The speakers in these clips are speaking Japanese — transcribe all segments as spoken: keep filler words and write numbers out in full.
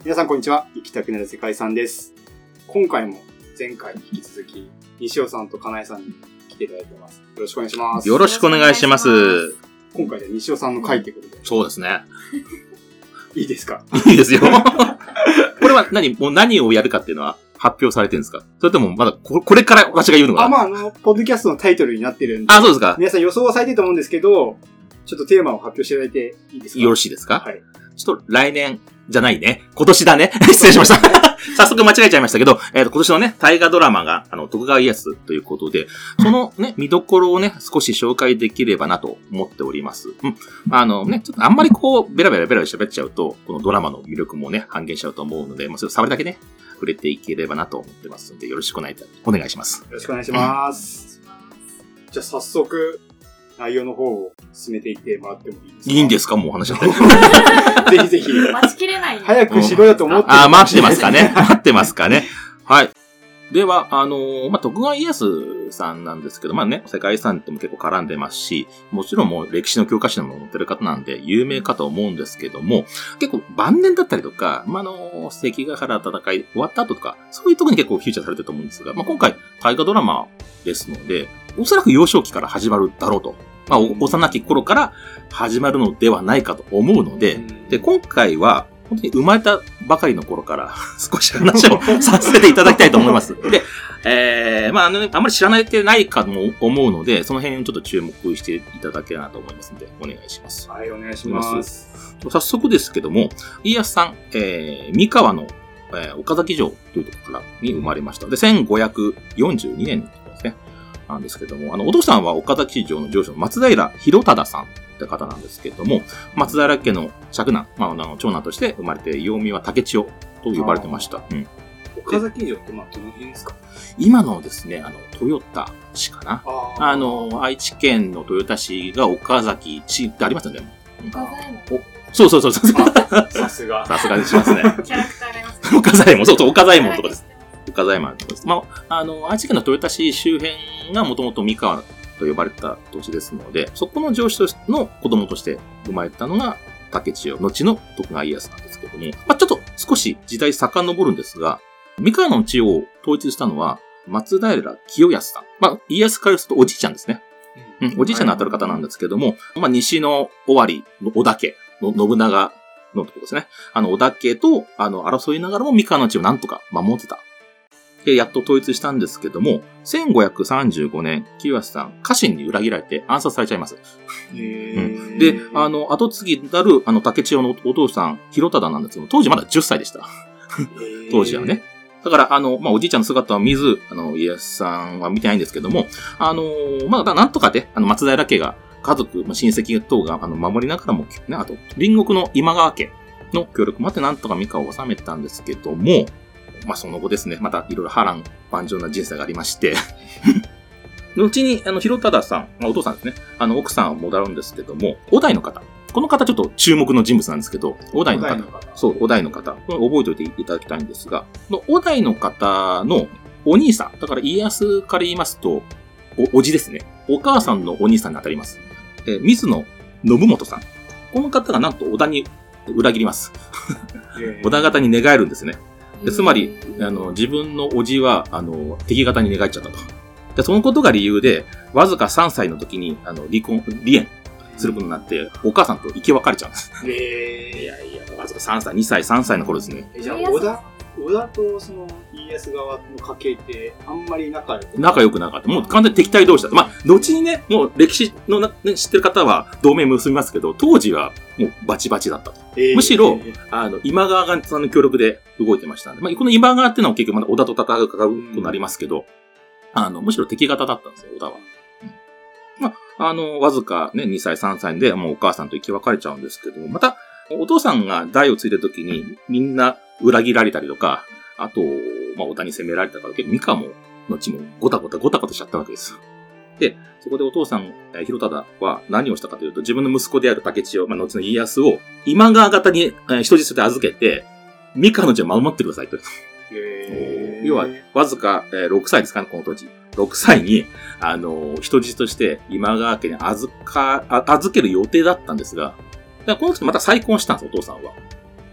皆さんこんにちは。生きたくなる世界遺産です。今回も前回に引き続き西尾さんとかなえさんに来ていただいています。よろしくお願いします。 よろしくお願いします。 今回で西尾さんの回ってことで。 そうですね。 いいですか？ いいですよ。これは何もう何をやるかっていうのは発表されてるんですか？それともまだこれから私が言うのかな？ あ、まああのポッドキャストのタイトルになってるんで。 あ、そうですか。 皆さん予想はされてると思うんですけど、ちょっとテーマを発表していただいていいですか？ よろしいですか？ はい。 ちょっと来年じゃないね。今年だね。失礼しました。早速間違えちゃいましたけど、えっと、今年のね、大河ドラマが、あの、徳川家康ということで、そのね、見どころをね、少し紹介できればなと思っております。うん。あのね、ちょっとあんまりこう、ベラベラベラベラ喋っちゃうと、このドラマの魅力もね、半減しちゃうと思うので、まあ、それを触りだけね、触れていければなと思ってますので、よろしくお願いお願いします。 よろしくお願いします。うん、じゃあ早速、内容の方を進めていってもらってもいいですか？ いいんですか？もう話しちゃって。 ぜひぜひ。 待ちきれない。 早くしろよと思ってる。 あ、待ってますかね。待ってますかね。はい。では、あのー、まあ、徳川家康さんなんですけど、まあね、世界遺産っても結構絡んでますし、もちろんもう歴史の教科書にも載ってる方なんで有名かと思うんですけども、結構晩年だったりとか、まあ、あのー、関ヶ原戦い終わった後とか、そういうところに結構フィーチャーされてると思うんですが、まあ、今回、大河ドラマですので、おそらく幼少期から始まるだろうと。まあ、幼き頃から始まるのではないかと思うので、で、今回は、本当に生まれたばかりの頃から少し話をさせていただきたいと思います。で、えー、まあ、あのね、あんまり知らないてないかも思うので、その辺をちょっと注目していただければなと思いますので、お願いします。 はい、お願いします。 早速ですけども、家康さん、えー、三河の、えー、岡崎城というところからに生まれました。で、せんごひゃくよんじゅうにねんですね。なんですけども、あの、お父さんは岡崎城の城主の松平広忠さんって方なんですけども、松平家の嫡男、まあ、あの、長男として生まれて、幼名は竹千代と呼ばれてました。うん。 岡崎城って、まあ、どの辺ですか？ 今のですね、あの、豊田市かな。あ, あの、愛知県の豊田市が岡崎市ってありますよね。 岡左衛門。 そうそうそうそう。 さすが。 さすがにしますね。 キャラクターがありますね。 岡左衛門、そうそう、岡左衛門とかです。岡左衛門とかです。まあ、あの、愛知県の豊田市周辺がもともと三河と呼ばれた土地ですので、そこの城主の子供として生まれたのが竹千代、後の徳川家康なんですけども、まあ、ちょっと少し時代遡るんですが、三河の地を統一したのは松平清康さん。まあ、家康からするとおじいちゃんですね。うん、おじいちゃんに当たる方なんですけども、まあ、西の尾張の織田家の信長のところですね。あの、織田家と、あの、争いながらも三河の地をなんとか守ってた。で、やっと統一したんですけども、せんごひゃくさんじゅうごねん、清康さん、家臣に裏切られて暗殺されちゃいます。 へー。 うん、で、あの、後継ぎなる、あの、竹千代のお父さん、広忠なんですけど、当時まだじゅっさいでした。当時はね。だから、あの、まあ、おじいちゃんの姿を見ず、あの、家康さんは見てないんですけども、あの、まあ、なんとかで、あの、松平家が、家族、まあ、親戚等が、あの、守りながらも、ね、あと、隣国の今川家の協力もあって、なんとか三河を治めたんですけども、まあ、その後ですね、またいろいろ波乱万丈な人生がありまして、後に、あの、広忠さん、まあ、お父さんですね、あの、奥さんを戻るんですけども、小田井の方。この方ちょっと注目の人物なんですけど、小田井の方。そう、小田井の方。これ覚えておいていただきたいんですが、小田井の方のお兄さん、だから家康から言いますと、お、おじですね。お母さんのお兄さんに当たります。えー、水野信元さん。この方がなんと織田に裏切ります。織田方に寝返るんですね。でつまり、あの、自分の叔父は、あの、敵方に寝返っちゃったと。で、そのことが理由で、わずかさんさいの時に、あの、離婚、離縁することになって、お母さんと生き別れちゃうんです。 へー。 いやいや、わずかさんさい、にさい、さんさいの頃ですね。 え、じゃあ、織田、織田とその、家康側の家系って、あんまり仲良く仲良くなかった。もう完全に敵対同士だった。まあ、後にね、もう歴史の、ね、知ってる方は同盟結びますけど、当時はもうバチバチだったと。えー、むしろ、あの、今川がその協力で動いてましたんで、まあ、この今川っていうのは結局まだ織田と戦うことになりますけど、あの、むしろ敵方だったんですよ、織田は。うん、まあ、あの、わずかね、にさい、さんさいでもうお母さんと生き別れちゃうんですけども、また、お父さんが代を継いだ時にみんな裏切られたりとか、あと、まあ、織田に攻められたから、結構三河も、後もごたごたごたごたしちゃったわけです。で、そこでお父さん、広忠は何をしたかというと、自分の息子である竹千代、まあ、後の家康を今川方に、えー、人質で預けて、三河の地を守ってくださいと。 へー。 要は、わずか、えー、ろくさいですかね、この当時。ろくさいに、あのー、人質として今川家に預か、預ける予定だったんですが、だからこの時また再婚したんです、お父さんは。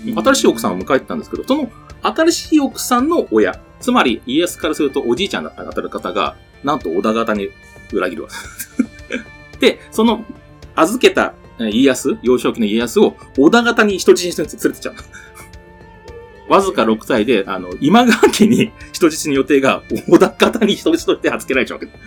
新しい奥さんを迎えてたんですけど、その新しい奥さんの親、つまり家康からするとおじいちゃんだった当たる方が、なんと織田方に裏切るわけです。で、その預けた家康、幼少期の家康を織田方に人質に連れてっちゃう。わずかろくさいで、あの、今川家に人質に予定が織田方に人質として預けられちゃうわけです。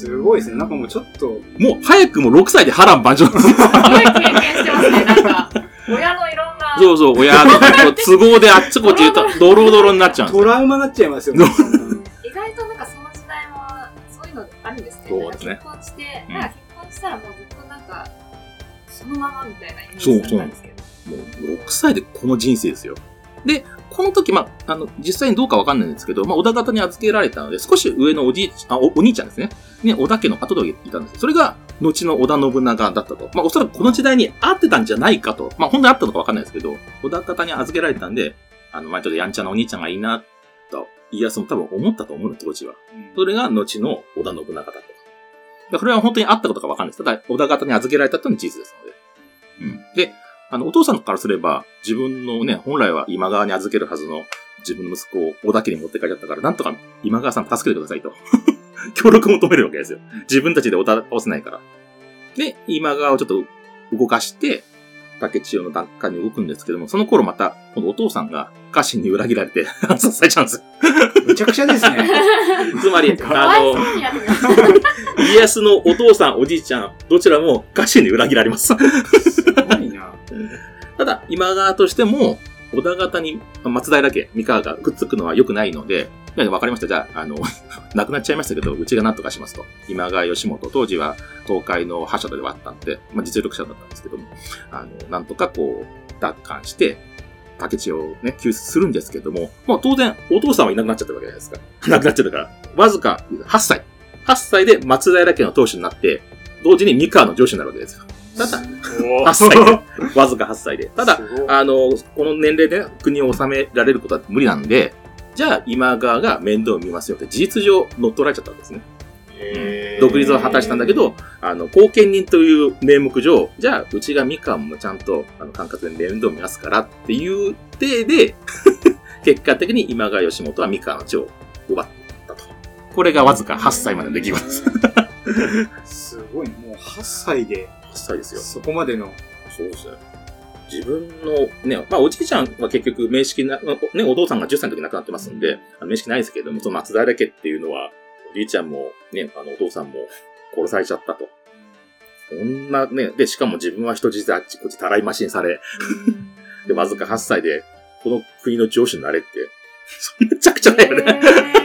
すごいですね。なんかもうちょっと。 もう早くもろくさいで波乱万丈なんですよ。 すごい経験してますね。なんか、親のいろんな。 そうそう、親の都合であっちこっち言うと、ドロドロになっちゃうんですトラウマになっちゃいますよね。 意外となんかその時代も、そういうのあるんですね。 そうですね。 結婚して、なんか結婚したらもうずっとなんか、そのままみたいなイメージだったんですけど。 そうそう。もうろくさいでこの人生ですよ。で、この時、まあ、あの、実際にどうかわかんないんですけど、まあ、織田方に預けられたので、少し上のおじい、あ、お、お兄ちゃんですね。ね、織田家の後でいたんです。それが、後の織田信長だったと。まあ、おそらくこの時代に合ってたんじゃないかと。まあ、本当に合ったのかわかんないですけど、織田方に預けられたんで、あの、まあ、ちょっとやんちゃなお兄ちゃんがいいな、と、家康も多分思ったと思うの、当時は。それが、後の織田信長だったと。これは本当に合ったことかわかんないです。ただ、織田方に預けられたというのは事実ですので。うん。で、あの、お父さんからすれば、自分のね、本来は今川に預けるはずの自分の息子を織田家に持って帰っちゃったから、なんとか今川さん助けてくださいと。協力を求めるわけですよ。自分たちで織田倒せないから。で、今川をちょっと動かして、竹千代の奪還に動くんですけども、その頃また、今度お父さんが家臣に裏切られて暗殺されちゃうんですよ。 めちゃくちゃですね。 つまり、あの、家康のお父さん、おじいちゃん、どちらも家臣に裏切られます。 すごいな。 ただ、今川としても、織田方に松平家、三河がくっつくのは良くないので、いや、わかりました。じゃあ、あの、亡くなっちゃいましたけど、うちが何とかしますと。今川義元、当時は東海の覇者ではあったんで、まあ実力者だったんですけども、あの、なんとかこう、奪還して、竹千代をね、救出するんですけども、まあ当然、お父さんはいなくなっちゃってるわけじゃないですか。亡くなっちゃってるから。わずかはっさい。はっさいで松平家の当主になって、同時に三河の城主になるわけですよ。ただ、はっさいで。わずかはっさいで。ただ、あの、この年齢で国を治められることは無理なんで、じゃあ今川が面倒を見ますよって事実上乗っ取られちゃったんですね。独立を果たしたんだけど、あの、後見人という名目上、じゃあうちが三河もちゃんと、あの、管轄で面倒を見ますからっていう体で、結果的に今川義元は三河の地を奪ったと。これがわずかはっさいまでの出来事です。 すごい、もうはっさいで。 はっさいですよ。 そこまでの。 そうですね。自分のね、まあおじいちゃんは結局面識な、ね、お父さんがじゅっさいの時亡くなってますんで、面識ないですけれども、その松平家っていうのは、おじいちゃんもね、あのお父さんも殺されちゃったと。そんなね、で、しかも自分は人質であっちこっちたらい増しにされ、で、わずかはっさいで、この国の城主になれって、めちゃくちゃだよね。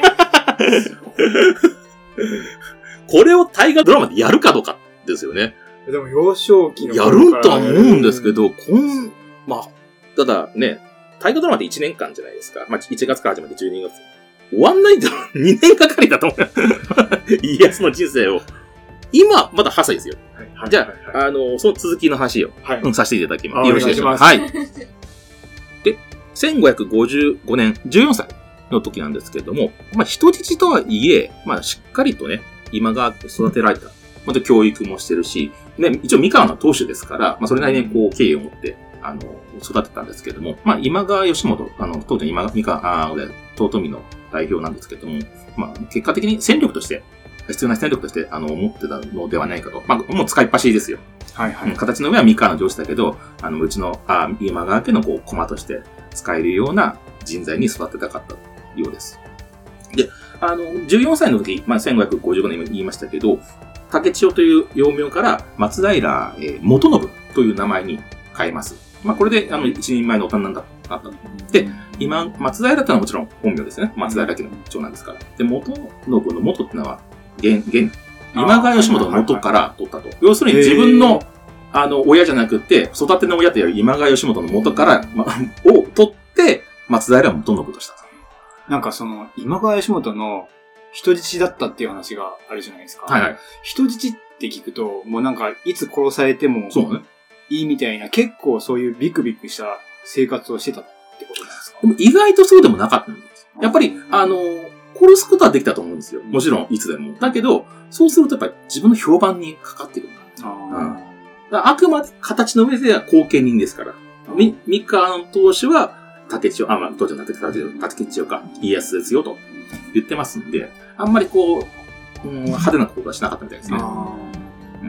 これを大河ドラマでやるかどうかですよね。 でも幼少期のやるんとは思うんですけど、こん、まあ、ただね、大河ドラマっていちねんかんじゃないですか。まあ、いちがつから始まってじゅうにがつ。終わんないんだろう。にねんかかりだと思う。家康の人生を。今、まだはっさいですよ。はいはい、じゃあ、はい、あの、その続きの話を、はいうん、させていただきます。よろしいでしょうか。はい。で、せんごひゃくごじゅうごねん、じゅうよんさいの時なんですけれども、まあ、人質とはいえ、まあ、しっかりとね、今川家育てられた。また教育もしてるし、ね、一応三河の当主ですから、まあ、それなりにこう、敬意を持って、あの、育てたんですけれども、まあ、今川義元、あの、当時今、三河、あ遠江の代表なんですけれども、まあ、結果的に戦力として、必要な戦力として、あの、思ってたのではないかと。まあ、もう使いっ走りですよ。はいはい。形の上は三河の上司だけど、あの、うちの、あ今川家のこう、駒として使えるような人材に育てたかったようです。で、あの、じゅうよんさいの時、まあ、せんごひゃくごじゅうごねんに言いましたけど、竹千代という幼名から松平、えー、元信という名前に変えます。まあ、これで、あの、一人前のお旦那だったと。で、今、松平ってのはもちろん本名ですね。松平家の長男ですから。で、元信の元ってのは、現、現、今川義元の元から取ったと。要するに自分の、あの、親じゃなくて、育ての親という今川義元の元から、ま、を取って、松平元信としたと。 なんかその、今川義元の人質だったっていう話があるじゃないですか。 はいはい。 人質って聞くと、もうなんか、いつ殺されてもいいみたいな、結構そういうビクビクした生活をしてたってことなんですか？ でも意外とそうでもなかったんです。やっぱり、あの、殺すことはできたと思うんですよ。もちろん、いつでも。だけど、そうするとやっぱり自分の評判にかかってくる。あ、うん、だあくまで形の上では後見人ですから。 み、三河の当主は、竹千代、あ、まあ、当時の竹竹千代か、家康ですよと言ってますんで、あんまりこう、うん、派手なことはしなかったみたいですね。うん、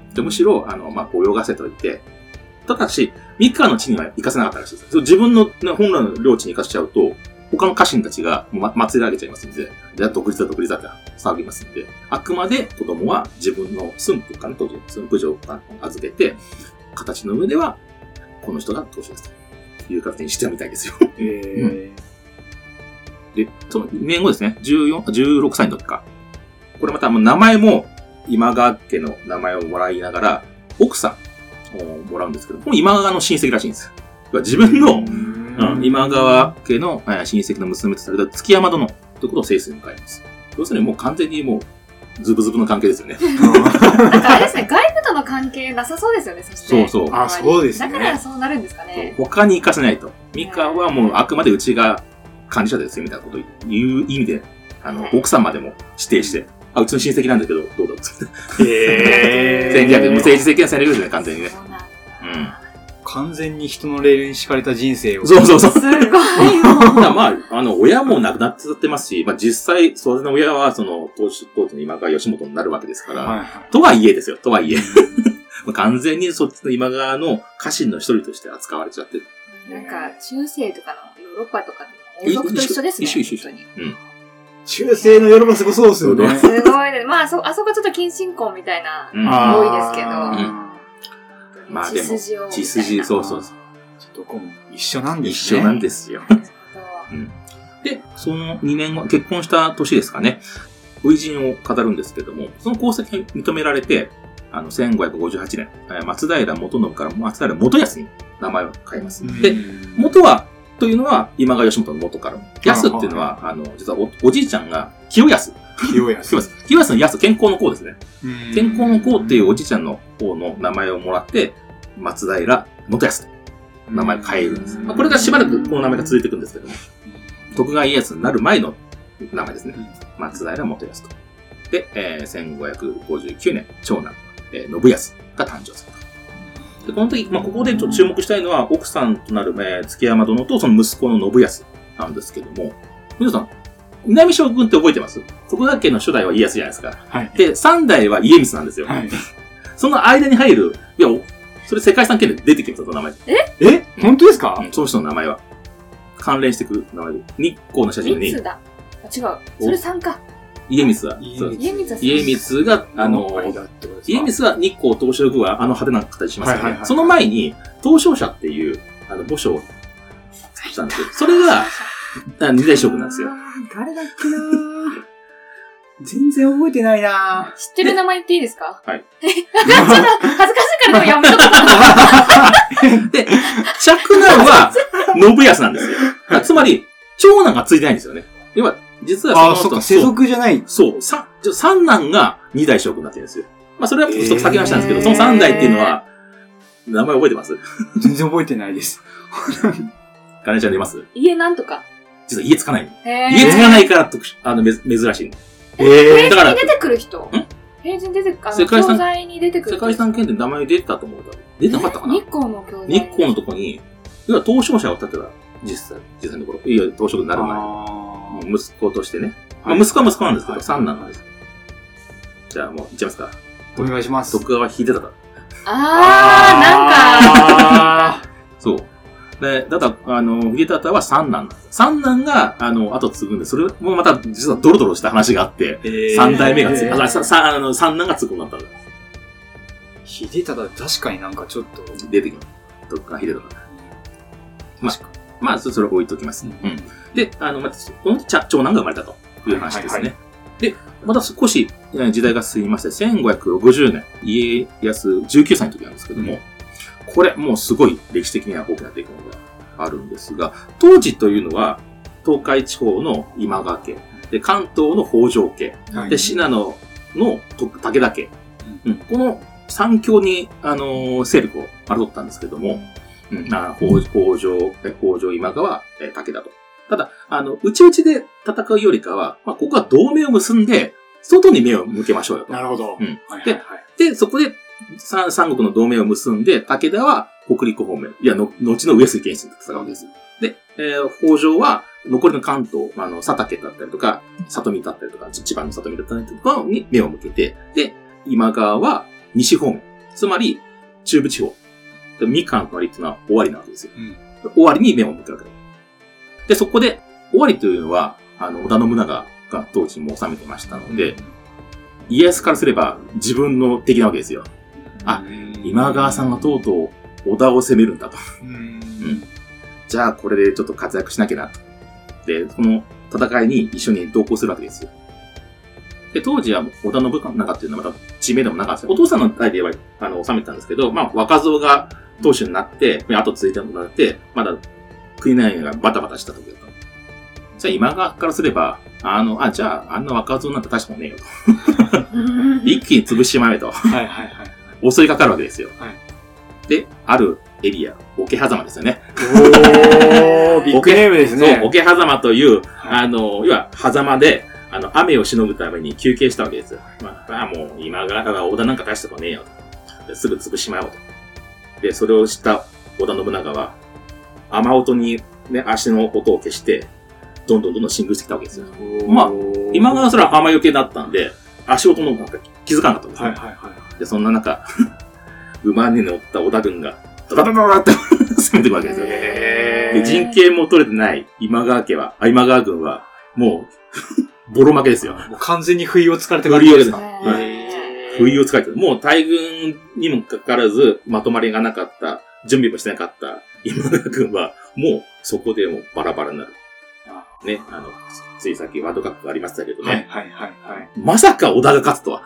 でむしろ、あの、まあ、泳がせといて、ただし、三河の地には行かせなかったらしいです。自分の、ね、本来の領地に行かせちゃうと、他の家臣たちが、ま、祭られちゃいますんで、じゃあ独立だ独立だって騒ぎますんで、あくまで子供は自分の駿府かね、当時、駿府城を預けて、形の上では、この人が当主ですという形にしてみたいですよ。 へー。うん、 で、その年後ですね、じゅうよん、じゅうろくさいの時か。これまたもう名前も、今川家の名前をもらいながら、奥さんをもらうんですけど、この今川の親戚らしいんです。自分の、うん、今川家の親戚の娘とされた築山殿ということを正室に迎えます。要するにもう完全にもう、ズブズブの関係ですよね。 なんかあれですね、外部との関係なさそうですよね、そして。 そうそう。 あ、そうですね。 だからそうなるんですかね。 他に行かせないと。三河はもうあくまでうちが管理者ですよ、みたいなことを言う意味で、あの、奥さんまでも指定して、あ、うちの親戚なんだけど、どうだって。 へー。 戦略、無政治的な戦略ですね、完全にね。うん。 完全に人のレールに敷かれた人生を。 そうそうそう。 すごいよ。 まあ、あの、親も亡くなってってますし、まあ実際、育ての親は、その、当主、当主の今川義元になるわけですから、はいはい、とはいえですよ、とはいえ。完全にそっちの今川の家臣の一人として扱われちゃってる。 なんか、中世とかのヨーロッパとかの王族と一緒ですね。 一緒一緒一緒。うん。 中世のヨーロッパすごそうですよね。 すごいね。まあ、そ、あそこちょっと近親婚みたいな、うん、多いですけど。うんまあでも、血筋、そうそうそう。 どこも一緒なんですね。 一緒なんですよ。うん、で、そのにねんご、結婚した年ですかね、初陣を語るんですけども、その功績が認められて、あの、せんごひゃくごじゅうはちねん、松平元信から松平元康に名前を変えます。で、元は、というのは、今川義元の元から。康っていうのは、あの、実は お, おじいちゃんが清康。 清康。 清康の康、健康の康ですね。健康の康っていうおじいちゃんの方の名前をもらって、松平元康と名前を変えるんです。まあ、これがしばらくこの名前が続いていくんですけども、徳川家康になる前の名前ですね。松平元康と。で、えー、せんごひゃくごじゅうきゅうねん、長男、えー、信康が誕生すると。で、この時、まあ、ここでちょっと注目したいのは、奥さんとなる、えー、築山殿とその息子の信康なんですけども、皆さん、南将軍って覚えてます？徳川家の初代は家康じゃないですか。はい。で、三代は家光なんですよ。はい。その間に入る、いや、それ世界遺産権で出てきます、その名前。 ええ本当ですか？ うん、その人の名前は。関連してくる名前で。日光の写真に。 光だ。あ、違う。それさんか。 家光は。 家光は家光が、あの、家光は日光東照宮はあの派手な形しますよね。はいはいはい、その前に、東照社っていう、あの、墓所をしたんですよ。それが、二代将軍なんですよ。 誰だっけな全然覚えてないな知ってる名前言っていいですか？ はい。 ちょっと恥ずかしいからでもやめとく。 で、嫡男は信康なんですよ。つまり、長男がついてないんですよね。要は、実はその、 あ、そうか、世俗じゃない。 そう、三、三男が二代将軍になってるんですよ。まあ、それはちょっと先話したんですけど、その三代っていうのは、名前覚えてます？ 全然覚えてないです。 かねちゃん出ます？ 家なんとか。 実は家つかないの。家つかないから特殊、あの、め、珍しいの。 えー、だから。平時に出てくる人？ん平時に出てくる、あの、 世界遺産、 教材に出てくる。 世界遺産検定名前出てたと思うから。出てなかったかな？ 日光の教材。 日光のとこに、要は東照社を建てた、実際、実際のところ。いや、東照になる前。息子としてね。まあ、息子は息子なんですけど、三男なんです。じゃあもう、いっちゃいますか。 お願いします。 徳川秀忠。 あー、なんか。 そう。で、だから、あの、秀忠は三男なんです。三男が、あの、後継ぐんで、それもまた、実はドロドロした話があって、えー、三代目が継ぐ、あ、さ、さ、あの、三男が継ぐようになったんだ。 秀忠、確かになんかちょっと。 出てきます。徳川秀忠。まあ、まあ、それを置いときます。うん。で、あの、また、この長男が生まれたという話ですね。はいはいはい、で、また少し時代が進みまして、せんごひゃくろくじゅうねん、家康じゅうきゅうさいの時なんですけども、うん、これもうすごい歴史的には大きな出来事があるんですが、当時というのは、東海地方の今川家、で、関東の北条家、はい、で、信濃の武田家、うん、この三強に、あのー、勢力を争ったんですけども、うん、まあ、北条、北条今川、武田と。ただ、あの、内々で戦うよりかは、まあ、ここは同盟を結んで、外に目を向けましょうよと。 なるほど。 うん。はいはいはい、で、で、そこで、三、三国の同盟を結んで、武田は北陸方面、いや、の、後の上杉謙信と戦うわけですよ。で、えー、北条は、残りの関東、あの、佐竹だったりとか、里見だったりとか、千葉の里見だったりとかに目を向けて、で、今川は西方面、つまり中部地方。三河の隣っていうのは尾張なわけですよ。うん、尾張に目を向けるわけだ。で、そこで、尾張というのは、あの、織田信長が当時も治めてましたので、うん、家康からすれば自分の敵なわけですよ。あ、今川さんがとうとう織田を攻めるんだと。うんうん、じゃあ、これでちょっと活躍しなきゃなと。で、その戦いに一緒に同行するわけですよ。で、当時は織田信長っていうのはまた知名度もなかったです。お父さんの代では、あの、治めてたんですけど、まあ、若造が当主になって、後続いてもらって、まだ国内がバタバタした時だった。じゃあ今川からすれば、あの、あ、じゃあ、あんな若造なんて大したもんねえよと。一気に潰しまえと。はいはいはい。襲いかかるわけですよ。はい、で、あるエリア、桶狭間ですよね。 おー、ビッグネームですね。 そう、桶狭間という、はい、あの、要は、狭間で、あの、雨をしのぐために休憩したわけですよ。まあ、あもう、今川が織田なんか大したことねえよと。すぐ潰しまえよと。で、それを知った織田信長は、雨音にね、足の音を消して、どんどんどんどん進軍してきたわけですよ。まあ、今川はそれは雨よけだったんで、足音のなんか気づかなかったんですね。はいはいはい。で、そんな中、馬に乗った織田軍が、ドダドダドダって攻めていくわけですよ。で、陣形も取れてない今川家は、今川軍は、もう、ボロ負けですよ。 もう完全に不意をつかれてるわけですか。 不意をつかれてる。もう大軍にもかかわらず、まとまりがなかった、準備もしてなかった今川軍は、もうそこでもうバラバラになる。ね、あの、ついさっきワールドカップがありましたけどね。はいはいはい、はい。まさか織田が勝つとは。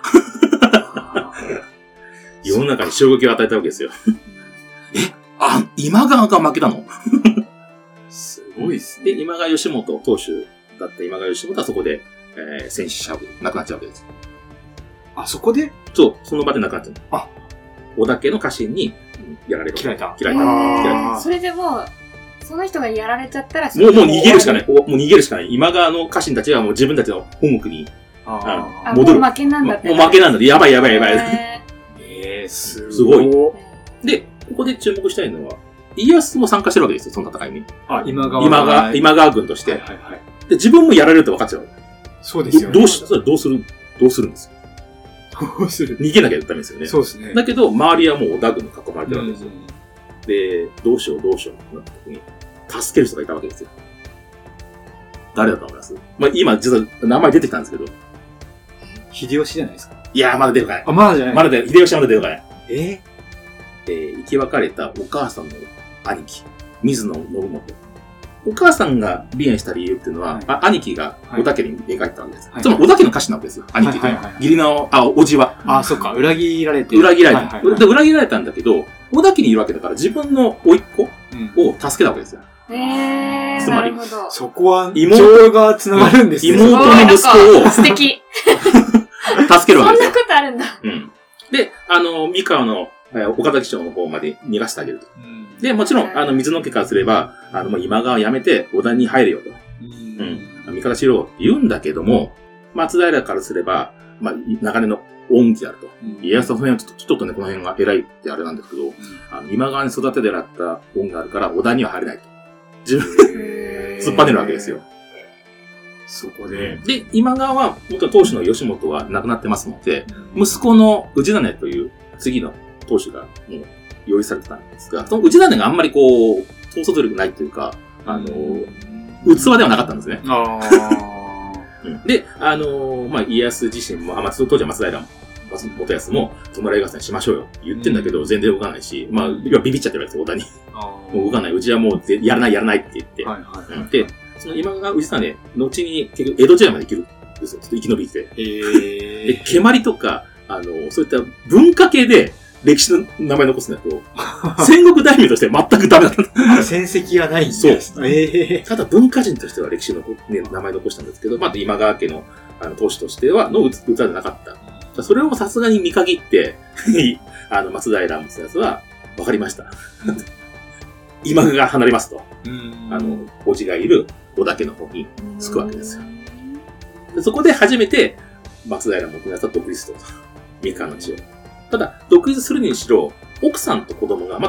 世の中に衝撃を与えたわけですよ。え、あ、今川が負けたのすごいっすね。 で、今川義元、当主だった今川義元はそこで、えー、戦死者亡くなっちゃうわけです。 あ、そこでそう、その場で亡くなっちゃう。あ、織田家の家臣にやられる。 切られた。 切られた。切られた。 それでもう、その人がやられちゃったら、 もう、もう逃げるしかない。もう逃げるしかない。今川の家臣たちはもう自分たちの本国に、 あ戻る。もう負けなんだって。 もう負けなんだって。やばいやばいやばい。 えー、すごい。で、ここで注目したいのは、家康も参加してるわけですよ、その戦いに。 あ、今川。 今川、今川軍として。はいはいはい。で、自分もやられると分かっちゃう。 そうですよね。 どうし、それどうする、どうするんですよ。 どうする逃げなきゃダメですよね。 そうですね。 だけど、周りはもう織田軍に囲まれてるわけですよ。で、どうしようどうしようってなった時に、助ける人がいたわけですよ。誰だと思います？まあ、今、実は名前出てきたんですけど。 秀吉じゃないですか。 いやー、まだ出てこない。 あ、まだじゃない。 まだ出て、秀吉はまだ出てこない。 えー、 えー、生き別れたお母さんの兄貴、水野信元。お母さんが離縁した理由っていうのは、はい、あ兄貴が織田家に描いたわけです。はい、つまり織田家の家臣なわけですよ。兄貴っていうのは。義理の、あ、おじは。 あ、そっか。裏切られて。 裏切られた。はいはいはい、で裏切られたんだけど、織田家にいるわけだから自分の甥っ子を助けたわけですよ。 へ、うん、ー。つまり、 そこは妹が繋がるんですね。 妹の息子を。 素敵。 助けるわけですよ。 そんなことあるんだ。 うん。で、あの、三河の岡崎町の方まで逃がしてあげると。うん、で、もちろん、あの、水野家からすれば、あの、もう今川やめて、織田に入れよと。うん。うん、味方しろって言うんだけども、松平からすれば、まあ、長年の恩義であると。うん、家康はその辺はちょっと、ちょっとね、この辺が偉いってあれなんですけど、うん、あの今川に育ててらった恩があるから、織田には入れないと。自分で突っ張ねるわけですよ。 そこで。 で、今川は、元当主の義元は亡くなってますので、うん、息子の氏真という次の当主が、もう、用意されてたんですが、その氏真があんまりこう、統率力ないというか、あの、うん、器ではなかったんですね。あうん、で、あの、まあ、家康自身も、あ、まあ、当時は松平も、元康も、弔い合戦しましょうよ。言ってんだけど、全然動かないし、まあ、要はビビっちゃってるわけですよ、織田に。もう動かない。うちはもう、やらない、やらないって言って。はいはいはい、で、その今川氏真、後に結局江戸時代まで生きるんですよ。ちょっと生き延びて。へで、蹴鞠とか、あの、そういった文化系で歴史の名前残すんだと、戦国大名として全くダメだった。 戦績がないんです。そう。えー、ただ文化人としては歴史の、ね、名前残したんですけど、まあ、今川家の、あの、当主としては、の歌じゃなかった。それをさすがに見限って、あの、松平もそうやつは、わかりました。今川が離れますと。あの、叔父がいる織田家の方に着くわけですよ。でそこで初めて、松平元康は独立と。三河の地を。ただ、独立するにしろ、奥さんと子供がまだ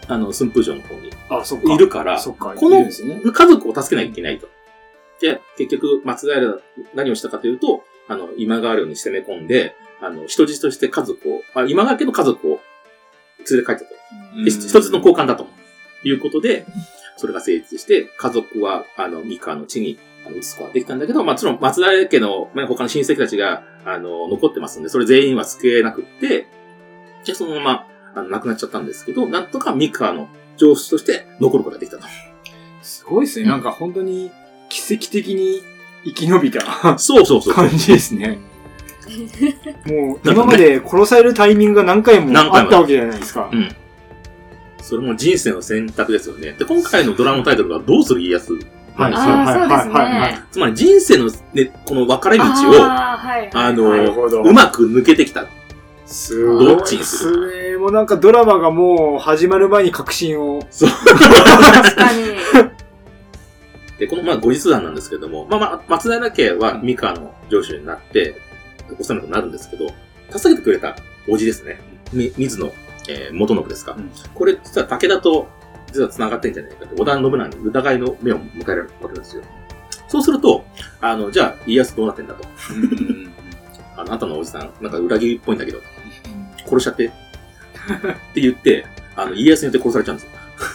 あの、駿府城の方にあ、そっか。 いるから、 そっか。 このいるんですね。 家族を助けなきゃいけないと。で、結局、松平が何をしたかというと、あの、今川領に攻め込んで、あの、人質として家族を、あ今川家の家族を連れて帰ったと。で一つの交換だということで、それが成立して、家族は、あの、三河の地に移すことができたんだけど、まあ、もちろん松平家の、まあ、他の親戚たちが、あの、残ってますんで、それ全員は救えなくって、じゃそのまま、あの、亡くなっちゃったんですけど、なんとか三河の城主として残ることができたと。 すごいですね。なんか本当に奇跡的に生き延びたそうそうそう。 感じですね。もう、今まで殺されるタイミングが何回もあったわけじゃないですか。 うん。それも人生の選択ですよね。で、今回のドラマタイトルはどうする家康。 はい、そうですね。 つまり人生のね、この分かれ道を、あ,、はい、あの、うまく抜けてきた。 すごい。 どっちにするそれもなんかドラマがもう始まる前に確信を。 そう。 確かに。 で、このまあ後日談なんですけども、まあまあ、松平家は三河の城主になって、治めることになるんですけど、助けてくれた叔父ですね。み、水野、えー、元信ですか。うん、これ、実は武田と、実は繋がってんじゃないかって、織田信長に疑いの目を迎えられるわけですよ。そうすると、あの、じゃあ、家康どうなってんだと。あの、あなたのおじさん、なんか裏切りっぽいんだけど、殺しちゃって。って言って、あの、家康によって殺されちゃうんですよ。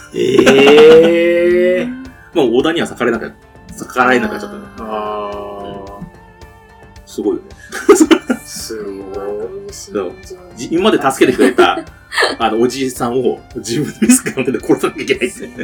ええー。 もう織田には逆らえなくなっ逆らえなくなっちゃったね。 ああ。 すごいよね。 すごい。 今まで助けてくれた、あの、おじいさんを自分のリスクの手で殺さなきゃいけないですね。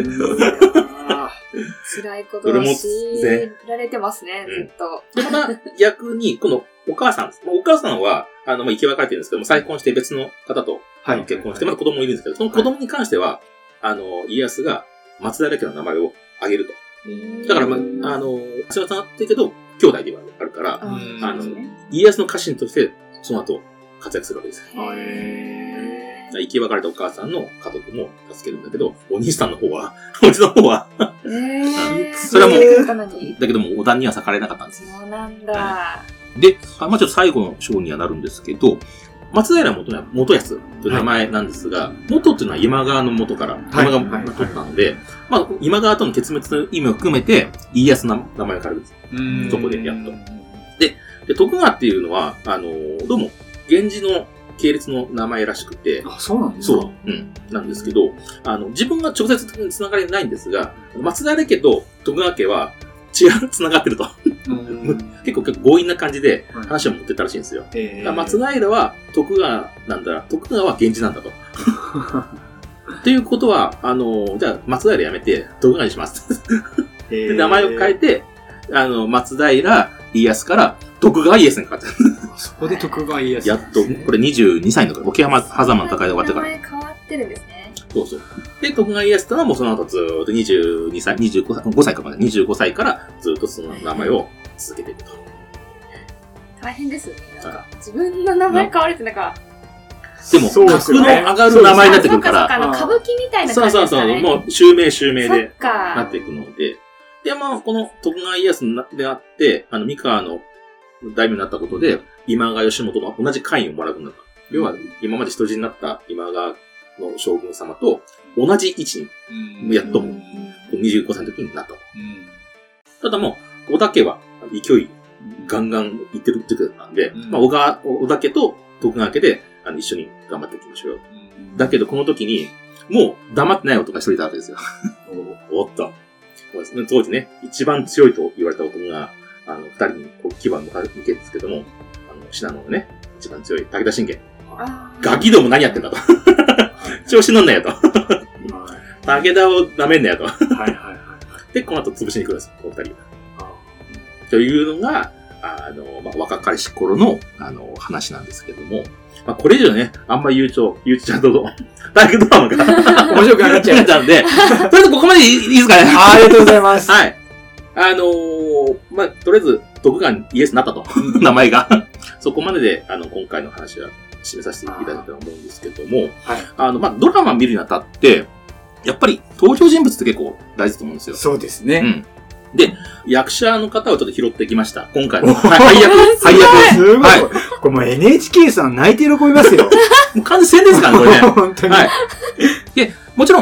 辛いことを強いられてますね、ずっと。 で、また逆に、このお母さんです。お母さんは、あの、まあ、生き別れてるんですけども、再婚して別の方と結婚して、まだ子供いるんですけど、その子供に関しては、あの、家康が松平家の名前を挙げると。だから、まあ、あの、血は繋がってるけど、兄弟ではあるから、あの、家康の家臣として、その後、活躍するわけですよ。生き別れたお母さんの家族も助けるんだけど、お兄さんの方は、おじの方は、それはもう、だけども、織田には裂かれなかったんですよ。 そうなんだ。 で、あまあちょっと最後の章にはなるんですけど、松平元元康という名前なんですが、はい、元っていうのは今川の元から、今川が取ったので、はいはいはい、まあ今川との結滅の意味を含めて、家康の名前が変わるんですよ。そこでやっと。で、で徳川っていうのは、あの、どうも、源氏の系列の名前らしくて、 あ、そうなんですか？ そう、うん、なんですけど、あの、自分が直接的に繋がりないんですが、松平家と徳川家は違う繋がってると。結構結構強引な感じで話を持ってたらしいんですよ。えー、松平は徳川なんだ、徳川は源氏なんだと。っていうことは、あの、じゃあ松平やめて徳川にします。で名前を変えて、あの、松平家康から徳川家康に変わっちゃう。 そこで徳川家康、 やっと、これにじゅうにさいの時、沖浜狭間の戦いで終わってから。 名前変わってるんですね。 そうそう。で、徳川家康とはもうその後ずーっとにじゅうにさい、にじゅうごさい、ごさいかまで、にじゅうごさいからずっとその名前を続けていくと。 大変ですよね。なんか、自分の名前変わるってなんか、 でも、格の上がる名前になってくるから。 そうかそうか、歌舞伎みたいな感じですかね。 そうそうそう、もう襲名襲名でなっていくので。で、まあ、この徳川家康であって、あの、三河の大名になったことで、今川義元と同じ官位をもらうようになった。要は、今まで人質になった今川の将軍様と同じ位置に、やっとも、にじゅうごさいの時になったと。ただもう、織田家は勢いガンガンいってるってことだったんで、まあ、織田、織田家と徳川家であの一緒に頑張っていきましょうよ。だけど、この時に、もう黙ってない男が一人いたわけですよ。おっと。当時ね、一番強いと言われた男が、あの、二人にこう牙を向けるんですけども、あの、信濃のね、一番強い武田信玄。ガキども何やってんだと。調子乗んなよと。武田を舐めんなよと。はいはいはい。で、この後潰しに来るんです、この二人が。というのが、あの、まあ、若かりし頃の、あの、話なんですけども、まあ、これ以上ね、あんまり言うと、言うとちゃんと、大学ドラマが面白くなっちゃうんで、とりあえずここまでいいですかね。 あ, ありがとうございます。 はい。あのー、まあ、とりあえず、徳川イエスになったと。名前が。そこまでで、あの、今回の話は締めさせていただいたと思うんですけども、はい。あの、まあ、ドラマ見るにあたって、やっぱり登場人物って結構大事だと思うんですよ。 そうですね。うん。 で、役者の方をちょっと拾ってきました。今回の。配役。配役。 すごい。はい、これもう エヌエイチケー さん泣いて喜びますよ。 もう完全宣伝ですからね、これね。 本当に。 はい。で、もちろん、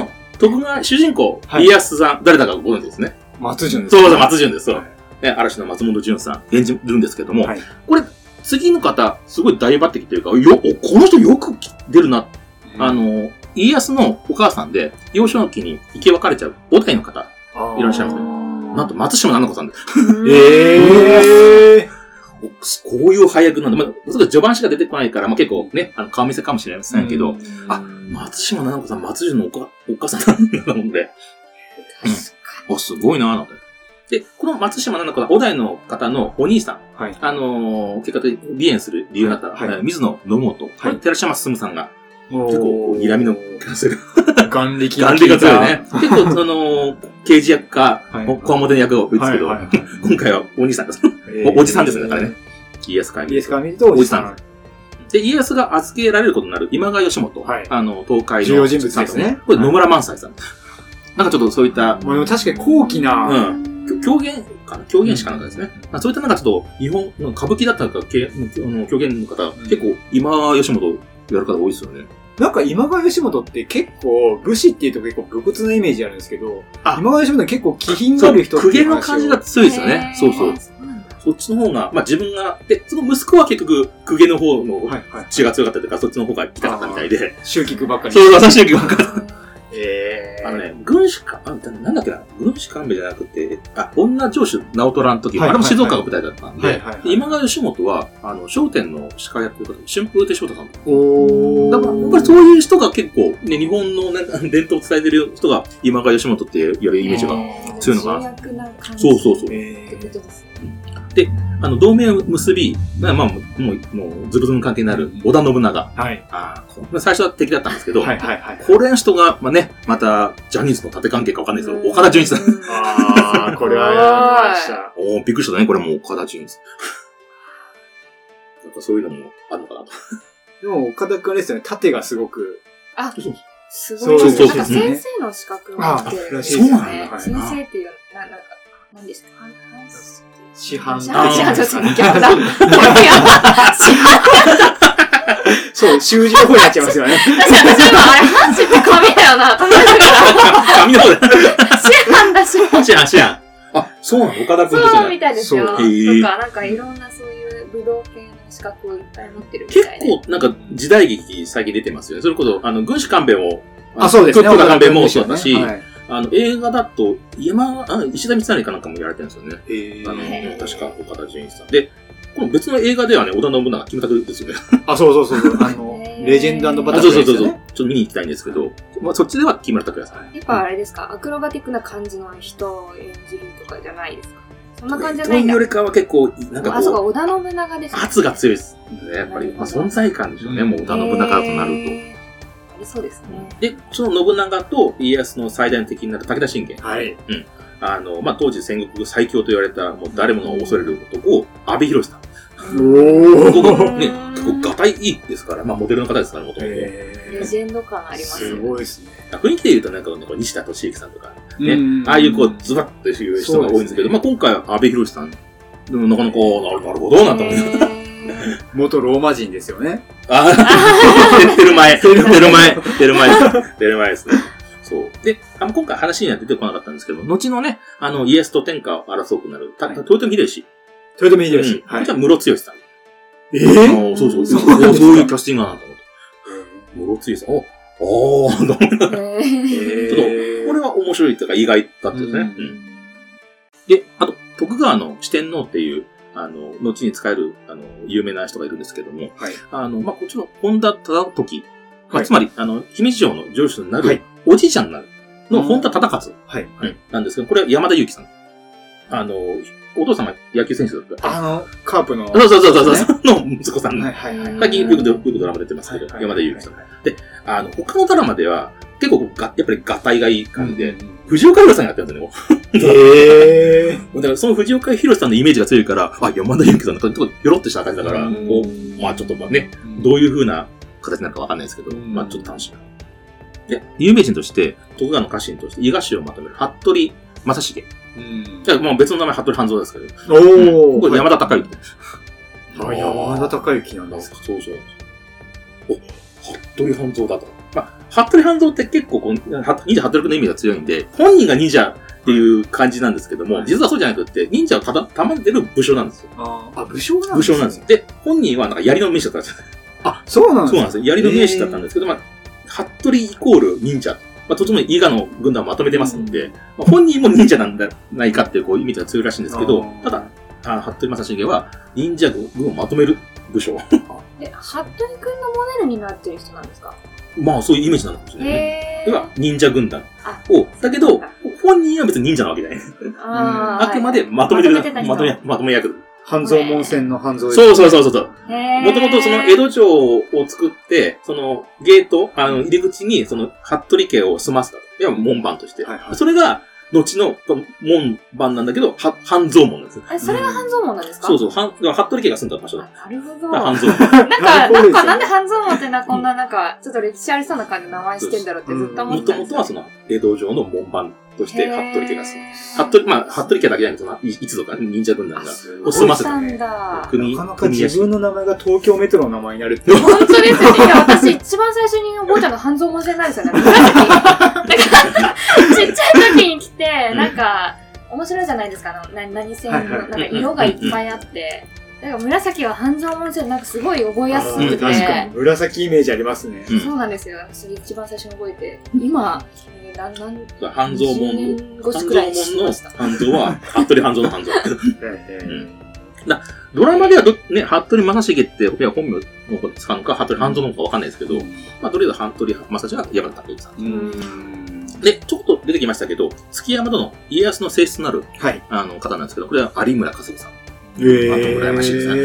徳川主人公、 はい家康さん、誰だかご存知ですね。 松潤ですそうそう、松潤です。そう。 はいね、嵐の松本潤さん演じるんですけども、 はいこれ、次の方、すごい大抜擢というか、よ、この人よく出るな。あの、家康のお母さんで、幼少期に生き別れちゃう、お代の方、いらっしゃいますね。なんと、松島菜々子さんです。 ええこういう配役なんで、まあ、序盤しか出てこないから、まあ、結構ね、あの、顔見せかもしれませんけど、あ、松島菜々子さん、松潤のおかお母さんなんだもんで、うん、あ、すごいなぁ、なんて。で、この松島菜々子さん、お代の方のお兄さん、 はい、 あのー、結果的に離縁する理由になった、はい、水野信元、はい、寺島進さんが、結構、睨みの感じる。 眼力眼力が強いね。結構、その、刑事役か、小表の役を打つけど、今回はお兄さんです。おじさんですね、だからね。家康から見ると。 家康から見るとおじさん。 で、家康が預けられることになる今川義元。はい、あの、東海の。 重要人物ですね。 これ野村萬斎さん。なんかちょっとそういった。 まあ、確かに高貴な。 うん。狂言かな狂言師かなんかですね。うん、そういったなんかちょっと、日本、歌舞伎だったか、狂言の方、結構今川義元やる方多いですよね。 なんか今川義元って結構武士っていうと結構武骨なイメージあるんですけど、今川義元結構気品がある人っていう公家の感じが強いですよね。そうそう。そっちの方が、まあ自分が、で、その息子は結局公家の方の血が強かったというか、そっちの方が来たかったみたいで。 周菊ばっかり。 そうそう、周菊ばっかり。 ええー。 あのね、軍師か、あ、なんだっけな、軍師官兵衛じゃなくて、あ、女城主直虎の時、あれも静岡が舞台だったんで、今川義元は、あの、商店の司会やってる方、春風亭昇太さんとか。おだから、やっぱりそういう人が結構、ね、日本のなんか伝統を伝えてる人が、今川義元っていうイメージが強いのかな。そうそうそう。えーで、あの、同盟を結び、まあ、まあ、もう、もう、ズブズブ関係になる織田信長。はい。ああ、最初は敵だったんですけど、はいはいはい。これの人が、まあね、ままた、ジャニーズの縦関係かわかんないですけど、岡田准一さん。 ああ、これはやりました。 おー、びっくりしたね、これもう岡田准一さん。なんかそういうのもあるのかなと。 でも、岡田くんあれですよね、縦がすごく。 あ、そうすごい。そうそうそう。なんか先生の資格を持ってるんですよね。先生っていう、なんか、何ですか市販。 市販じゃ逆だ。 そう、習字の方になっちゃいますよね。 私、私今、あれ、マジって紙だよな、と思いながら。 紙の方だ。 市販だし。 市販、市販。あ、そうなの岡田くんとそうみたいですよ。とか、なんかいろんなそういう武道系の資格をいっぱい持ってるみたいで。 結構、なんか時代劇最近出てますよね。それこそ、あの、軍師官兵衛も、 あ、そうですね。 岡田官兵衛もそうだし、あの、映画だと、山、あ、石田三成かなんかもやられてるんですよね。へあの、確か、岡田准一さん。で、この別の映画ではね、織田信長、キムタクですよね。 あ、そうそうそうそう。あの、レジェンドバタフライですよね。そうそうそう。ちょっと見に行きたいんですけど、まあ、そっちでは木村拓哉さん。 やっぱあれですか、アクロバティックな感じの人を演じるとかじゃないですか。そんな感じじゃないんだ。 というよりかは結構、なんかこう。 あ、そうか、織田信長ですね。 圧が強いですね。やっぱり、まあ、存在感でしょうね、もう織田信長となると。 そうですね。 で、その信長と家康の最大の敵になる武田信玄。 はい。 うん。あの、まあ、当時戦国最強と言われた、もう誰もが恐れる男を、阿部寛さん。おー。ここね、結構ガタイいいですから、まあ、モデルの方ですから、もともと。 レジェンド感ありますね。すごいですね。 雰囲気で言うと、なんか、西田敏行さんとか、ね、ああいうこう、ズバッという人が多いんですけど、まあ、今回は阿部寛さん。でも、なかなか、なるほど、なんて思います。 元ローマ人ですよね。 ああ、テルマエ。テルマエ。テルマエ。テルマエですね。そう。で、あの、今回話には出てこなかったんですけど、後のね、あの、イエスと天下を争うとなる、た、豊臣秀吉。 豊臣秀吉。 はい。じゃあ、室強さん。 えぇそうそう。そういうキャスティングなんだと思って。室強さん。お、おー、どうも。ちょっと、これは面白いというか意外だったですね。で、あと、徳川の四天王っていう、あの、後に使える、あの、有名な人がいるんですけども、はい。あの、まあ、こっちの本田忠時、まあ、つまり、あの、姫路城の城主になる、おじいちゃんになる、の本田忠勝、はい。うん。なんですけど、これは山田裕貴さん。あの、お父様野球選手だった。 あの、カープの。 そうそうそうそう、の息子さん。 はいはいはい。 最近よくよくドラマ出てますけど、山田裕貴さん。で、あの、他のドラマでは、結構が、やっぱりガタイがいい感じで、藤岡弘さんがやってるんですよね、 へえー。 だからその藤岡弘さんのイメージが強いから、あ、山田裕貴さんのちょっとひょろっとした感じだから、こう、まあちょっとまあね、どういう風な形になるかわかんないですけど、まあちょっと楽しみ。で、有名人として、徳川の家臣として、伊賀氏をまとめる、服部正成。じゃあ、もう別の名前、服部半蔵ですけど。おー。これ山田孝之。 あ、山田孝之なんですか。 そうそう。お、服部半蔵だと。 まあ、服部半蔵って結構こう、忍者服部君の意味が強いんで、本人が忍者っていう感じなんですけども、実はそうじゃなくて、忍者をただ、たまってる武将なんですよ。 あ、武将なんですか？ 武将なんですよ。で、本人はなんか槍の名手だったんですよ。 あ、そうなんですか？ そうなんですよ。槍の名手だったんですけど、まあ、服部イコール忍者。まあ、とても伊賀の軍団をまとめてますので、まあ、本人も忍者なんじゃないかっていうこう意味が強いらしいんですけど、ただ、あ服部正成は忍者軍をまとめる武将。 え、服部君のモデルになってる人なんですか？ まあ、そういうイメージなのかもしれないね。では、忍者軍団を、だけど、 そうか本人は別に忍者なわけじゃない。 ああくまでまとめてる、 まとめてた人まとめ、まとめ役。 半蔵門線の半蔵駅。 そうそうそうそう。 へーもともとその江戸城を作って、そのゲート、あの入り口にその服部家を住ませた。いや、門番として。 はいはいそれが、後の門番なんだけど、は半蔵門なんですよ。 え、それが半蔵門なんですか？ そうそう、半服部家が住んだ場所だ。 なるほど。 だから半蔵門。 なんか、なんか、 なるほどですよなんで半蔵門ってな、こんななんか、ちょっと歴史ありそうな感じの名前してんだろうってずっと思もとってたんですよ。 もとはその、江戸城の門番として、服部家が住む。 へー服部、まあ、服部家だけじゃなくて、その、い一族が、忍者軍団が、を住ませた。 そうなんだ。 組、 なかなか自分の名前が東京メトロの名前になるって。 本当ですよね。いや、私一番最初に覚えたの半蔵門線なんですよね。紫。なんか、ちっちゃい時に来て、なんか、面白いじゃないですか。あの、な何線の、なんか色がいっぱいあって。だから紫は半蔵門線なんかすごい覚えやすくて。 確かに。紫イメージありますね。 うんそうなんですよ。それ一番最初に覚えて。今、えー、なん、なん、 半蔵門じゅうねんの、 越しくらい知りました。 半蔵は、服部半蔵の半蔵。 ええドラマではど、ね、服部正成って、いや本名の方使うのか、服部半蔵の方かわかんないですけど、まあ、とりあえず服部正成は山田武之さん。 うんで、ちょっと出てきましたけど、築山殿、家康の正室なる、 はい。 あの、方なんですけど、これは有村架純さん。 ええあと羨ましいですね。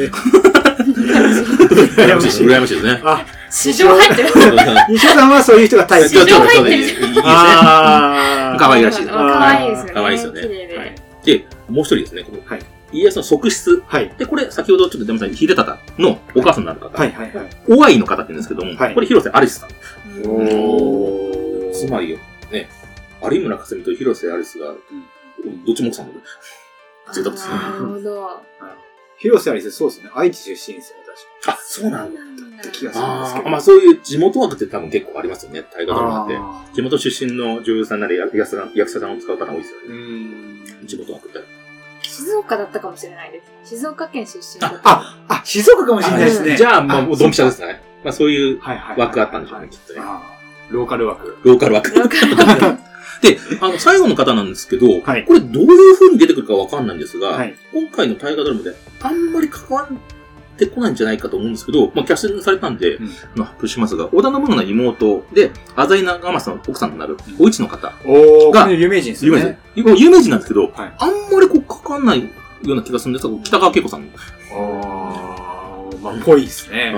羨ましい。 羨ましいですね。 あ、 市場入ってる。 西尾さんはそういう人がタイプ。 市場入ってるいいですね。 あー可愛らしい。 可愛いですよね。 可愛いですよね綺麗で。 はいで、もう一人ですね、このはい家康の側室。 はい。 で、これ、先ほどちょっと出ました秀忠のお母さんになる方。 はいはいはい。 お愛の方って言うんですけども、 はいこれ広瀬アリスさん。 おつまりよ、ね、有村架純と広瀬アリスが、どっちも奥さんだね。贅沢ですね。 なるほど。 広瀬アリス、そうですね。愛知出身ですよね、確かあ、そうなんだ。 って気がするんですけど。 ああ、まあそういう地元枠って多分結構ありますよね。大河ドラマって。 あ地元出身の女優さんなり役者さん役者さんを使う方多いですよーうね。 ん。 地元枠って。 静岡だったかもしれないです。静岡県出身だった。 あ、あ、静岡かもしれないですね。 じゃあ、まあもうドンピシャですね。まあそういうはいはい。 枠あったんでしょうね、きっとね。 あーローカル枠。 ローカル枠。 わかるで、あの、最後の方なんですけど、 はいこれどういう風に出てくるかわかんないんですが、 はい。 今回の大河ドラマであんまり関わってこないんじゃないかと思うんですけど、まあ、キャスティングされたんで、 うんあの発表しますが、織田信長の妹で、浅井長政の奥さんとなる、お市の方。 おー、 がこれ有名人です有名よね。 人。有名人なんですけど、 はいあんまりこう関わんないような気がするんですが、北川景子さん。 あー、まあ、ぽいですね。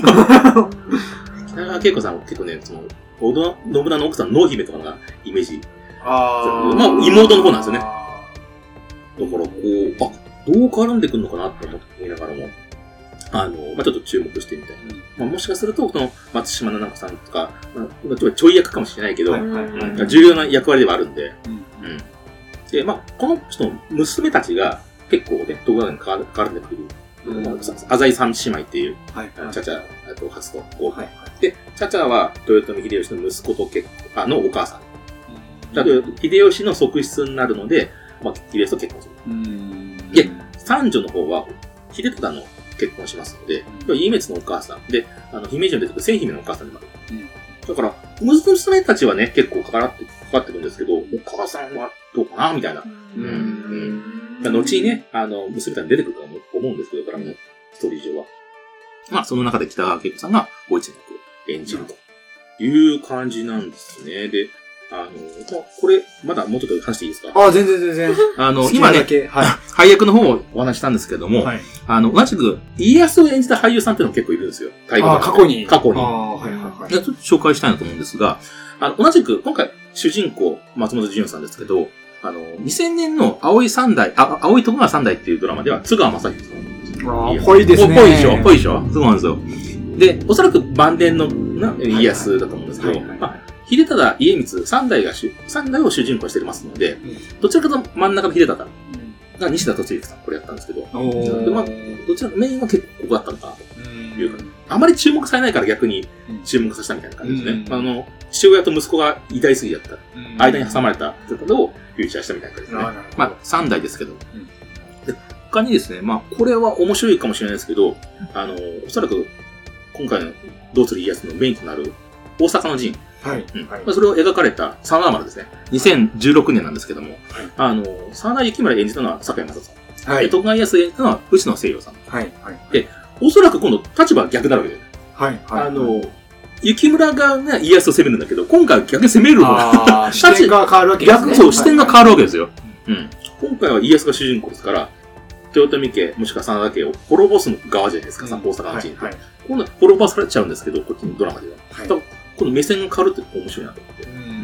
北川景子さんは結構ね、その、織田信長の奥さん、濃姫とかがイメージ。 あー。 まあ妹の方なんですよねあだから、こう、あ、どう絡んでくるのかなって思いながらも、あの、まあ、ちょっと注目してみたいな。まあ、もしかすると、この松島菜々子さんとか、まあ、ちょちょい役かもしれないけど、 はいはいはいうん重要な役割ではあるんで、 ーうんうん。で、まあ、この人の娘たちが結構ね、動画に絡絡んでくる。 うんまあ浅井三姉妹っていう、 はいはい。 チャチャ、あと、初と、こうはいはい。 で、チャチャは豊臣秀吉の息子と結婚、あのお母さん。だけど、秀吉の側室になるので、まあ、秀吉と結婚する。 うん。 で三女の方は、秀忠の結婚しますので、家光のお母さんで、あの、姫路に出てくる千姫のお母さんになる。 うんだから、娘たちはね、結構関わって、関わってくるんですけど、お母さんはどうかなみたいな。 うんうん後にね、あの、娘たちに出てくると思うんですけど、ドラマのストーリー上は。まあ、その中で北川景子さんが、お市の役を演じるという感じなんですね。で、あの、まあ、これ、まだもうちょっと話していいですか？ あ、全然全然。 あの、 好き今ね、 なだけはい。 配役の方をお話ししたんですけども、 はい。 あの、同じく、家康を演じた俳優さんっていうのも結構いるんですよ。大河あ、 ドラマ過去に。 過去にああ、はいはいはい。 でちょっと紹介したいなと思うんですが、あの、同じく、今回、主人公、松本潤さんですけど、あの、にせんねんの青い三代、あ、青い徳川三代っていうドラマでは、津川雅彦さんなんですよ。 ああ、ぽいですね。 ぽいでしょぽいでしょそうなんですよ。で、おそらく晩年のな家康だと思うんですけど、 はいはいまあ、秀忠、家光、三代が主、三代を主人公にしてますので、どちらかというと真ん中の秀忠が西田敏行さん、これやったんですけど、 おでまあーどちら、メインは結構ここだったのかなとうんいうか、 あまり注目されないから逆に注目させたみたいな感じですね。うん、あの、父親と息子が偉大すぎだった。うん、間に挟まれたところをフューチャーしたみたいな感じですね。まあ、さんだいですけど。うん、で他にですね、まあ、これは面白いかもしれないですけど、あの、おそらく、今回のどうする家康のメインとなる大阪の陣。はい。うんはい、それを描かれた真田丸ですね。にせんじゅうろくねんなんですけども、はい、あの、真田幸村演じたのは坂井正人さん。はい。徳川家康演じたのは内野聖陽さん。はい。はい。で、おそらく今度立場は逆だろうよね。はい。はい。あの、幸村側が家康を攻めるんだけど、今回は逆に攻める方が、 視点が変わるわけですね。 逆、そう、視点が変わるわけですよ。うん。今回は家康が主人公ですから、豊臣家、もしくは真田家を滅ぼす側じゃないですか、うん、大阪の陣って。はい。今度は滅ぼされちゃうんですけど、こっちのドラマでは。はい。だからこの目線が変わるって面白いなと思って。うん。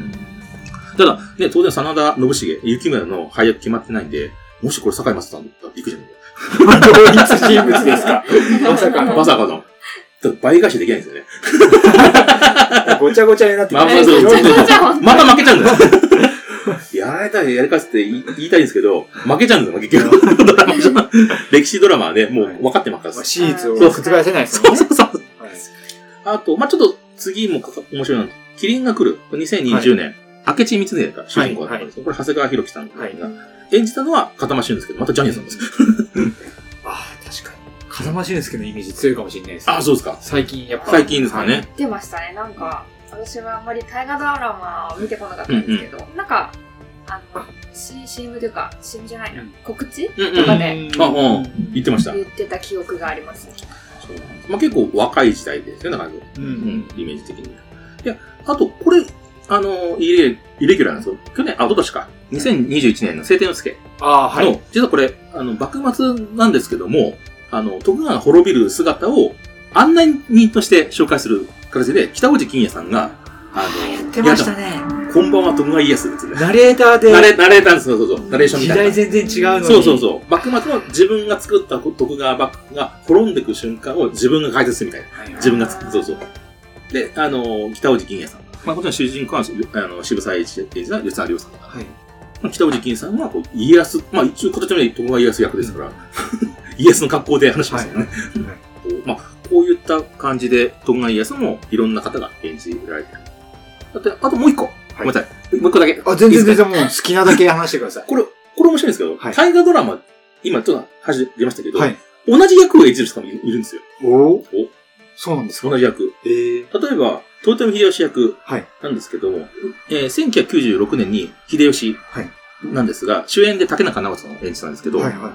ただ、ね、当然真田信繁、幸村の配役決まってないんで、もしこれ坂井正人さんだったらびっくりじゃない同一人物ですかまさかの。 まさかの。倍返しできないんですよね。 ごちゃごちゃになってまあ、まあ、そう、また負けちゃうんだよ。やられたらやり返すって言いたいんですけど、負けちゃうんですよ、結局。ドラマ歴史ドラマはね、もう分かってますから。 史実を覆せないですよね。そうそうそう。 あと、まあちょっと次も面白いのは、キリンが来る。にせんにじゅうねん。明智光秀が主人公だったんです。これ、長谷川博己さんが演じたのは風間俊介。またジャニーさんです。 ああ、確かに。風間俊介のイメージ強いかもしれないです。 ああ、そうですか。 最近、やっぱ。 最近ですかね。 出ましたね。なんか、私はあんまり大河ドラマを見てこなかったんですけど、なんか、あの、シーエム というか、シーエム じゃないな、告知とかで、 あ、うん、言ってました。 言ってた記憶がありますね。 そうなんです。まあ結構若い時代ですよね、なんか、うん、うん、イメージ的に。いや、あと、これ、あの、イレ、イレギュラーなんですよ。去年、あ、おととしか。にせんにじゅういちねんの青天の助。ああ、はい。の、実はこれ、あの、幕末なんですけども、あの、徳川が滅びる姿を案内人として紹介する形で、北大路欣也さんが、あの、 やってましたね。 こんばんは徳川家康ですね。 ナレーターで。 ナレ、ナレーターです。そうそうそう。ナレーションみたいな。 時代全然違うのに。 そうそうそう。幕末の自分が作った徳川幕府が滅んでいく瞬間を自分が解説するみたいな。はいはい、自分が作そうそう。で、あの、北大路欣也さん。まあ、こちら主人公は、あの、渋沢栄一演じた吉沢亮さんだから。はい。北大路欣也さんは、こう、家康、まあ、一応形の徳川家康役ですから、うん、家康の格好で話しますよね。はいはい、まあ、こういった感じで、徳川家康もいろんな方が演じられてる。だって、あともう一個。はい、ごめんなさい。もう一個だけ。 あ、全然全然もう好きなだけ話してください。 これ、これ面白いんですけど、はい、大河ドラマ、今ちょっと話出ましたけど、はい、同じ役を演じる人もいるんですよ。 おおそうなんですか。 同じ役。 えー、 例えば、豊臣秀吉役なんですけども、はい、えー、せんきゅうひゃくきゅうじゅうろくねんに秀吉なんですが、はい、主演で竹中直人さんを演じたんですけど、はいはいはい、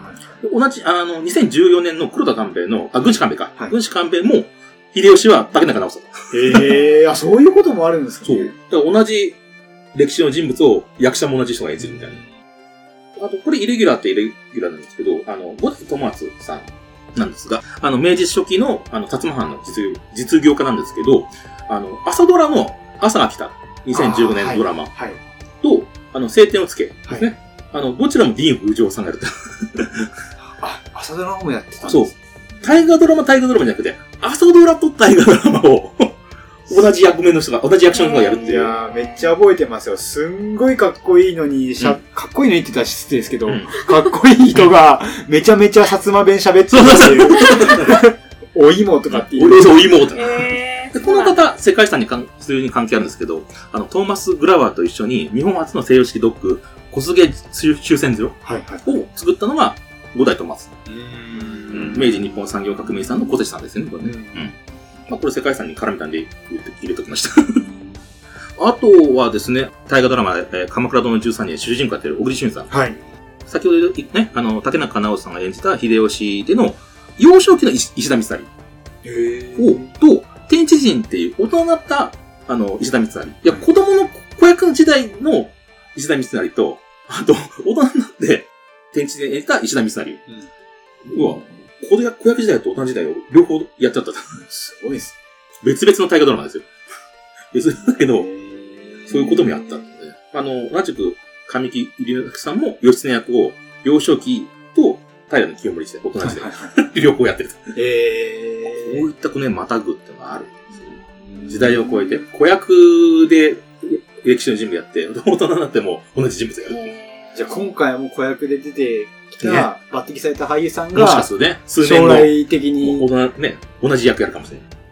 同じ、あの、にせんじゅうよねんの黒田官兵衛の、あ、軍師官兵衛か。はい、軍師官兵衛も、秀吉は竹中直人さん。 ええー、あ、そういうこともあるんですかね。 そう。だから同じ歴史の人物を役者も同じ人が演じるみたいな。あと、これイレギュラーってイレギュラーなんですけど、あの、五代友厚さんなんですが、あの、明治初期の、あの、薩摩藩の実業、実業家なんですけど、あの、朝ドラの朝が来たにせんじゅうごねんドラマと、はいはい、あの、青天をつけですね。はい、あの、どちらもディーン・フージョーさんがやると。 あ、朝ドラもやってたんですか？ そう。大河ドラマ、大河ドラマじゃなくて、朝ドラと大河ドラマを同じ役目の人が、同じ役者の人がやるっていう。いやー、めっちゃ覚えてますよ。すんごいかっこいいのに、しゃ、うん、かっこいいのにって言ったら失礼ですけど、うん、かっこいい人がめちゃめちゃ薩摩弁喋ってるっていう。お芋とかっていう。 お芋とか。で、この方、世界遺産に関、普通に関係あるんですけど、あの、トーマス・グラワーと一緒に、日本初の西洋式ドッグ、小菅終戦図を作ったのが、五代友厚。明治日本産業革命さんの小関さんですよね、これね。うん。まあ、これ世界遺産に絡めたんで入れておきました。あとはですね、大河ドラマで、えー、鎌倉殿のじゅうさんにん主人公やってる小栗旬さん。はい。先ほどね、あの、竹中直人さんが演じた秀吉での、幼少期の石田三成。へー。と、天地人っていう大人になった、あの、石田三成。いや、子供の子役の時代の石田三成と、あと、大人になって、天地人で演じた石田三成。うん。うわ。子役時代と大人時代を両方やっちゃった。 すごいです。 別々の大河ドラマですよ。別だけど、そういうこともやったんで、ね。あの、同じく、神木隆之さんも義経役を幼少期と平清盛時代、大人時代、はいはいはい、両方やってる。えー、こういったこのね、またぐってのがあるんですよ。時代を超えて、子役で歴史の人物やって、大人になっても同じ人物がやる。 じゃあ今回も子役で出てきた、ね、抜擢された俳優さんが、 もしかするとね、 数年将来的に大人ね、同じ役やるかもしれない。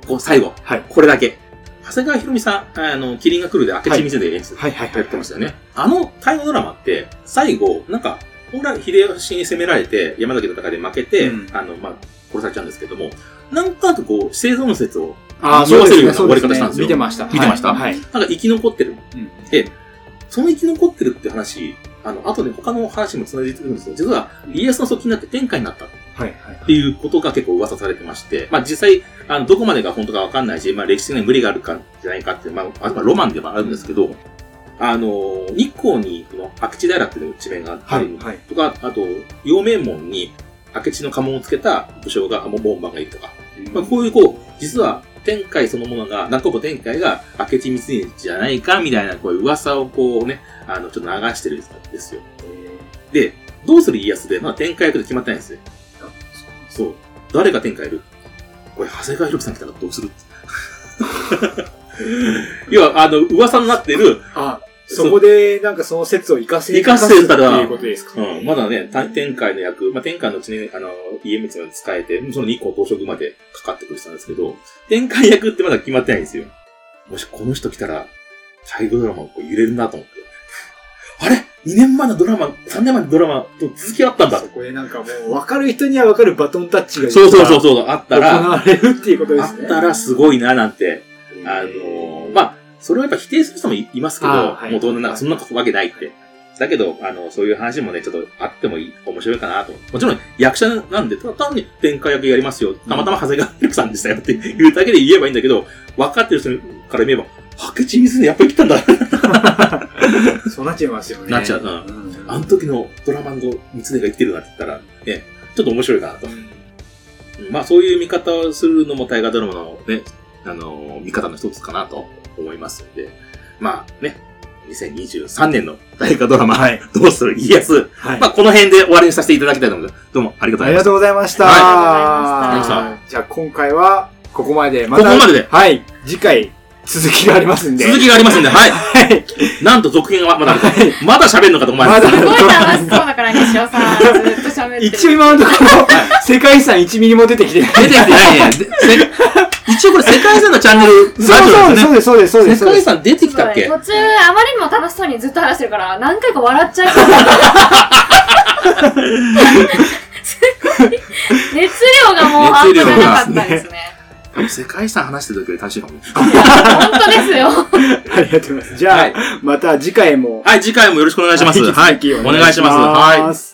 こう最後、 はい。 これだけ。長谷川博美さん、あの、キリンが来るで明智光秀演出、 はいはいはい。 やってましたよね。あの大河ドラマって、最後、なんか、本来秀吉に攻められて、山崎の戦いで負けて、うん、あの、まあ、殺されちゃうんですけども、なんとなくこう、生存説を、 ああ、 匂わせるようなそう終わり方したんですよ。 見てました。 見てました、 はい。 なんか生き残ってる。うん、で、その生き残ってるって話、あの、後で他の話も繋いでくるんですよ。実は、家康の側近になって天下になった。はい。っていうことが結構噂されてまして、まあ実際、あの、どこまでが本当かわかんないし、まあ歴史的に無理があるか、じゃないかっていう、まあ、あとはロマンではあるんですけど、あの、日光に、この、明智平っていう地名があるとか、はいはい、あと、陽明門に明智の家紋をつけた武将が、門番がいるとか、まあこういうこう、実は、天海そのものが、中保天海が明智光秀じゃないか、みたいな、こういう噂をこうね、あの、ちょっと流してるんですよ。で、どうする家康で、まあ天海役で決まってないんですよ。そう。誰が天海やる？これ、長谷川博己さん来たらどうする？要は、あの、噂になってる。 あ、そこで、なんかその説を活かせ、 活かせたら、 っていうことですか？ うん。まだね、天海の役、まあ、天海のうちに、あの、家光まで使えて、その日光東照宮までかかってくる人なんですけど、天海役ってまだ決まってないんですよ。もしこの人来たら、大河ドラマをこう揺れるなと思って。あれ ?に 年前のドラマ、さんねんまえのドラマと続きあったんだ。 そこでなんかもう、分かる人には分かるバトンタッチがそうそうそうそう、あったら、 行われるっていうことですね。 あったらすごいな、なんて。あの、まあ、それをやっぱ否定する人もいますけど、はい、もう当然なんかそんなわけないって。だけど、あの、そういう話もね、ちょっとあってもいい、面白いかなと。もちろん役者なんで、ただ単に天海役やりますよ。たまたま長谷川博己さんでしたよって言うだけで言えばいいんだけど、分かってる人から見れば、明智光秀やっぱり来たんだ。 そうなっちゃいますよね。 なっちゃう。うん。うん、あの時のドラマの光秀が生きてるなって言ったら、ね、ちょっと面白いかなと。うん、まあそういう見方をするのも大河ドラマのね、あのー、見方の一つかなと思いますので、まあね、にせんにじゅうさんねんの大河ドラマ、はい、どうする家康、はい、まあこの辺で終わりにさせていただきたいと思います。どうもありがとうございました。ありがとうございました。はい、ありがとうございました。じゃあ今回はここまで。またここまでで。 はい。次回、続きがありますんで。 続きがありますんで、はい。はい。なんと続編はまだあると。はい、まだ喋るのかと思います。 すごい楽しそうだから、西尾さん。ずっと喋ってる。 一応今のところ、世界遺産いちミリも出てきてない。 出てきてないね。一応これ世界遺産のチャンネル、 そうそうそうです、そうです、そうです。 世界遺産出てきたっけ？ 途中、あまりにも楽しそうにずっと話してるから、何回か笑っちゃう。熱量がもう半端じゃなかったですね。 世界遺産話してるだけで楽しいかも。 本当ですよ。 ありがとうございます。じゃあ、はい、また次回も。 はい、次回もよろしくお願いします。はい、お願いします。はい。